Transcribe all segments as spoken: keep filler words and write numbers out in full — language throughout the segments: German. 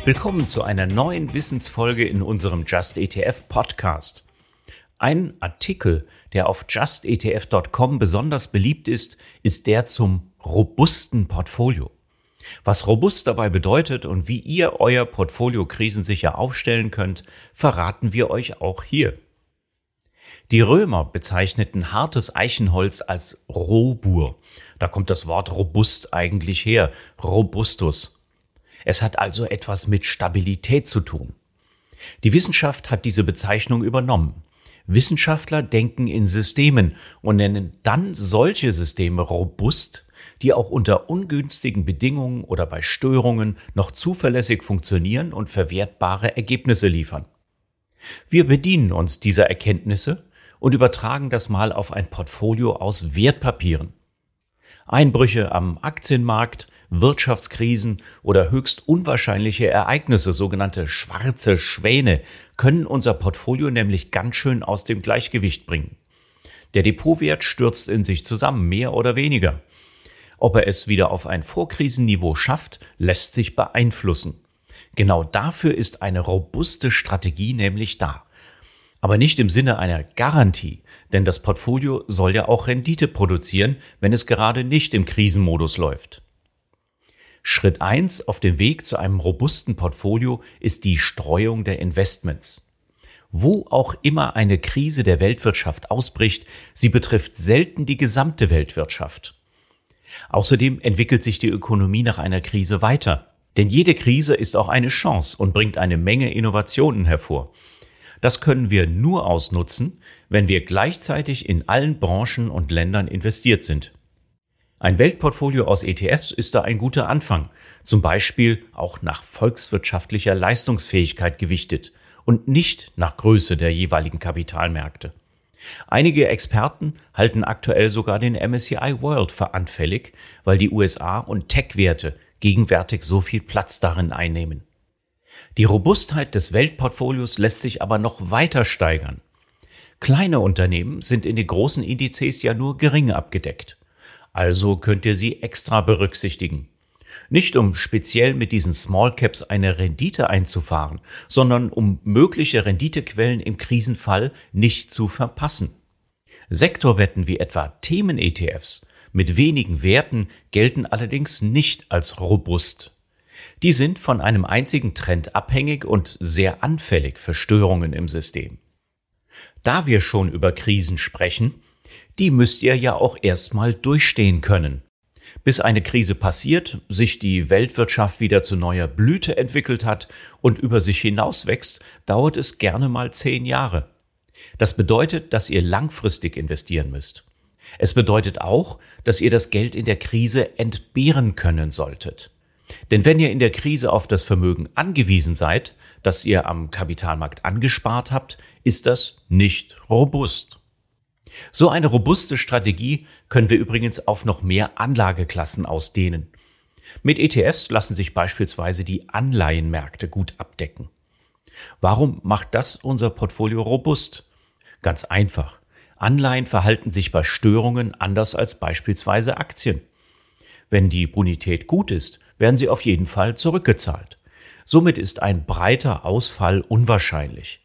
Willkommen zu einer neuen Wissensfolge in unserem Just E T F Podcast. Ein Artikel, der auf just E T F Punkt com besonders beliebt ist, ist der zum robusten Portfolio. Was robust dabei bedeutet und wie ihr euer Portfolio krisensicher aufstellen könnt, verraten wir euch auch hier. Die Römer bezeichneten hartes Eichenholz als Robur. Da kommt das Wort robust eigentlich her, robustus. Es hat also etwas mit Stabilität zu tun. Die Wissenschaft hat diese Bezeichnung übernommen. Wissenschaftler denken in Systemen und nennen dann solche Systeme robust, die auch unter ungünstigen Bedingungen oder bei Störungen noch zuverlässig funktionieren und verwertbare Ergebnisse liefern. Wir bedienen uns dieser Erkenntnisse und übertragen das mal auf ein Portfolio aus Wertpapieren. Einbrüche am Aktienmarkt, Wirtschaftskrisen oder höchst unwahrscheinliche Ereignisse, sogenannte schwarze Schwäne, können unser Portfolio nämlich ganz schön aus dem Gleichgewicht bringen. Der Depotwert stürzt in sich zusammen, mehr oder weniger. Ob er es wieder auf ein Vorkrisenniveau schafft, lässt sich beeinflussen. Genau dafür ist eine robuste Strategie nämlich da. Aber nicht im Sinne einer Garantie, denn das Portfolio soll ja auch Rendite produzieren, wenn es gerade nicht im Krisenmodus läuft. Schritt eins auf dem Weg zu einem robusten Portfolio ist die Streuung der Investments. Wo auch immer eine Krise der Weltwirtschaft ausbricht, sie betrifft selten die gesamte Weltwirtschaft. Außerdem entwickelt sich die Ökonomie nach einer Krise weiter, denn jede Krise ist auch eine Chance und bringt eine Menge Innovationen hervor. Das können wir nur ausnutzen, wenn wir gleichzeitig in allen Branchen und Ländern investiert sind. Ein Weltportfolio aus E T Fs ist da ein guter Anfang, zum Beispiel auch nach volkswirtschaftlicher Leistungsfähigkeit gewichtet und nicht nach Größe der jeweiligen Kapitalmärkte. Einige Experten halten aktuell sogar den M S C I World für anfällig, weil die U S A und Tech-Werte gegenwärtig so viel Platz darin einnehmen. Die Robustheit des Weltportfolios lässt sich aber noch weiter steigern. Kleine Unternehmen sind in den großen Indizes ja nur gering abgedeckt. Also könnt ihr sie extra berücksichtigen. Nicht um speziell mit diesen Small Caps eine Rendite einzufahren, sondern um mögliche Renditequellen im Krisenfall nicht zu verpassen. Sektorwetten wie etwa Themen-E T Fs mit wenigen Werten gelten allerdings nicht als robust. Die sind von einem einzigen Trend abhängig und sehr anfällig für Störungen im System. Da wir schon über Krisen sprechen, die müsst ihr ja auch erstmal durchstehen können. Bis eine Krise passiert, sich die Weltwirtschaft wieder zu neuer Blüte entwickelt hat und über sich hinauswächst, dauert es gerne mal zehn Jahre. Das bedeutet, dass ihr langfristig investieren müsst. Es bedeutet auch, dass ihr das Geld in der Krise entbehren können solltet. Denn wenn ihr in der Krise auf das Vermögen angewiesen seid, das ihr am Kapitalmarkt angespart habt, ist das nicht robust. So eine robuste Strategie können wir übrigens auf noch mehr Anlageklassen ausdehnen. Mit E T Fs lassen sich beispielsweise die Anleihenmärkte gut abdecken. Warum macht das unser Portfolio robust? Ganz einfach. Anleihen verhalten sich bei Störungen anders als beispielsweise Aktien. Wenn die Bonität gut ist, werden sie auf jeden Fall zurückgezahlt. Somit ist ein breiter Ausfall unwahrscheinlich.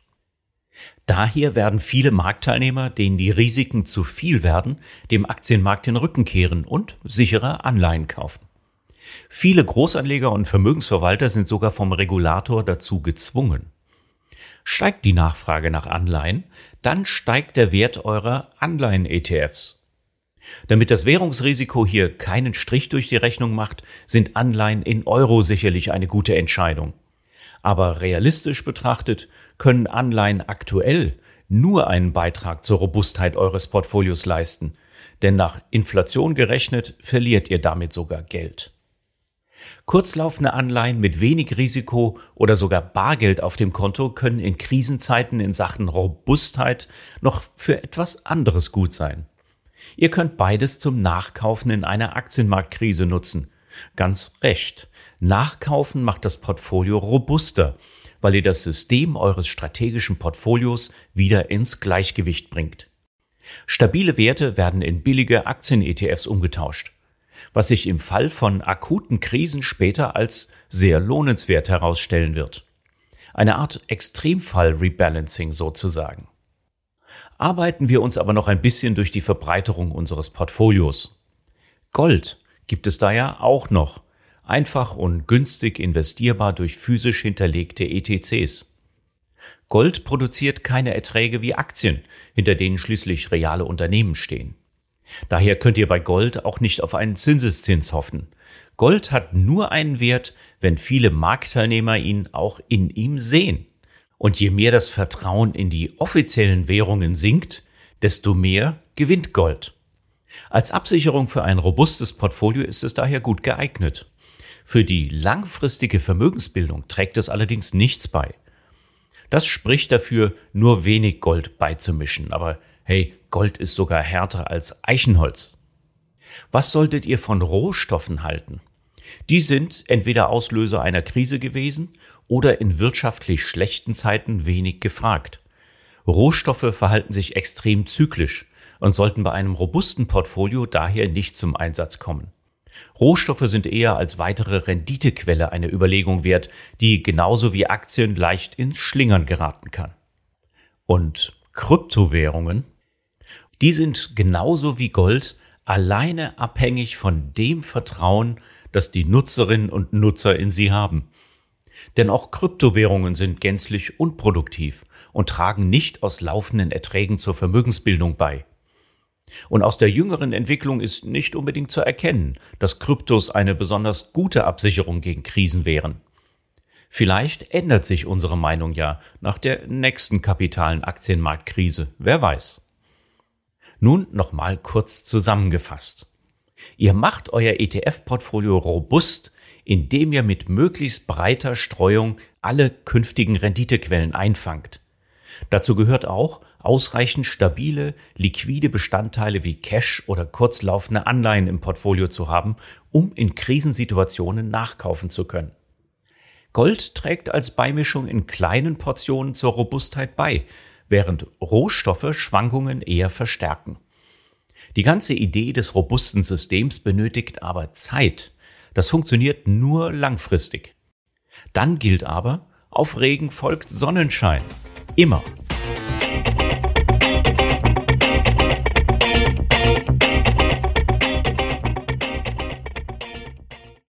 Daher werden viele Marktteilnehmer, denen die Risiken zu viel werden, dem Aktienmarkt den Rücken kehren und sichere Anleihen kaufen. Viele Großanleger und Vermögensverwalter sind sogar vom Regulator dazu gezwungen. Steigt die Nachfrage nach Anleihen, dann steigt der Wert eurer Anleihen-E T Fs. Damit das Währungsrisiko hier keinen Strich durch die Rechnung macht, sind Anleihen in Euro sicherlich eine gute Entscheidung. Aber realistisch betrachtet können Anleihen aktuell nur einen Beitrag zur Robustheit eures Portfolios leisten, denn nach Inflation gerechnet verliert ihr damit sogar Geld. Kurzlaufende Anleihen mit wenig Risiko oder sogar Bargeld auf dem Konto können in Krisenzeiten in Sachen Robustheit noch für etwas anderes gut sein. Ihr könnt beides zum Nachkaufen in einer Aktienmarktkrise nutzen. Ganz recht. Nachkaufen macht das Portfolio robuster, weil ihr das System eures strategischen Portfolios wieder ins Gleichgewicht bringt. Stabile Werte werden in billige Aktien-E T Fs umgetauscht. was sich im Fall von akuten Krisen später als sehr lohnenswert herausstellen wird. Eine Art Extremfall-Rebalancing sozusagen. Arbeiten wir uns aber noch ein bisschen durch die Verbreiterung unseres Portfolios. Gold gibt es da ja auch noch, einfach und günstig investierbar durch physisch hinterlegte E T Cs. Gold produziert keine Erträge wie Aktien, hinter denen schließlich reale Unternehmen stehen. Daher könnt ihr bei Gold auch nicht auf einen Zinseszins hoffen. Gold hat nur einen Wert, wenn viele Marktteilnehmer ihn auch in ihm sehen. Und je mehr das Vertrauen in die offiziellen Währungen sinkt, desto mehr gewinnt Gold. Als Absicherung für ein robustes Portfolio ist es daher gut geeignet. Für die langfristige Vermögensbildung trägt es allerdings nichts bei. Das spricht dafür, nur wenig Gold beizumischen, aber hey, Gold ist sogar härter als Eichenholz. Was solltet ihr von Rohstoffen halten? Die sind entweder Auslöser einer Krise gewesen oder in wirtschaftlich schlechten Zeiten wenig gefragt. Rohstoffe verhalten sich extrem zyklisch und sollten bei einem robusten Portfolio daher nicht zum Einsatz kommen. Rohstoffe sind eher als weitere Renditequelle eine Überlegung wert, die genauso wie Aktien leicht ins Schlingern geraten kann. Und Kryptowährungen? Die sind genauso wie Gold alleine abhängig von dem Vertrauen, das die Nutzerinnen und Nutzer in sie haben. Denn auch Kryptowährungen sind gänzlich unproduktiv und tragen nicht aus laufenden Erträgen zur Vermögensbildung bei. Und aus der jüngeren Entwicklung ist nicht unbedingt zu erkennen, dass Kryptos eine besonders gute Absicherung gegen Krisen wären. Vielleicht ändert sich unsere Meinung ja nach der nächsten kapitalen Aktienmarktkrise, wer weiß. Nun nochmal kurz zusammengefasst. Ihr macht euer E T F-Portfolio robust, indem ihr mit möglichst breiter Streuung alle künftigen Renditequellen einfangt. Dazu gehört auch, ausreichend stabile, liquide Bestandteile wie Cash oder kurzlaufende Anleihen im Portfolio zu haben, um in Krisensituationen nachkaufen zu können. Gold trägt als Beimischung in kleinen Portionen zur Robustheit bei, während Rohstoffe Schwankungen eher verstärken. Die ganze Idee des robusten Systems benötigt aber Zeit. Das funktioniert nur langfristig. Dann gilt aber, auf Regen folgt Sonnenschein. Immer.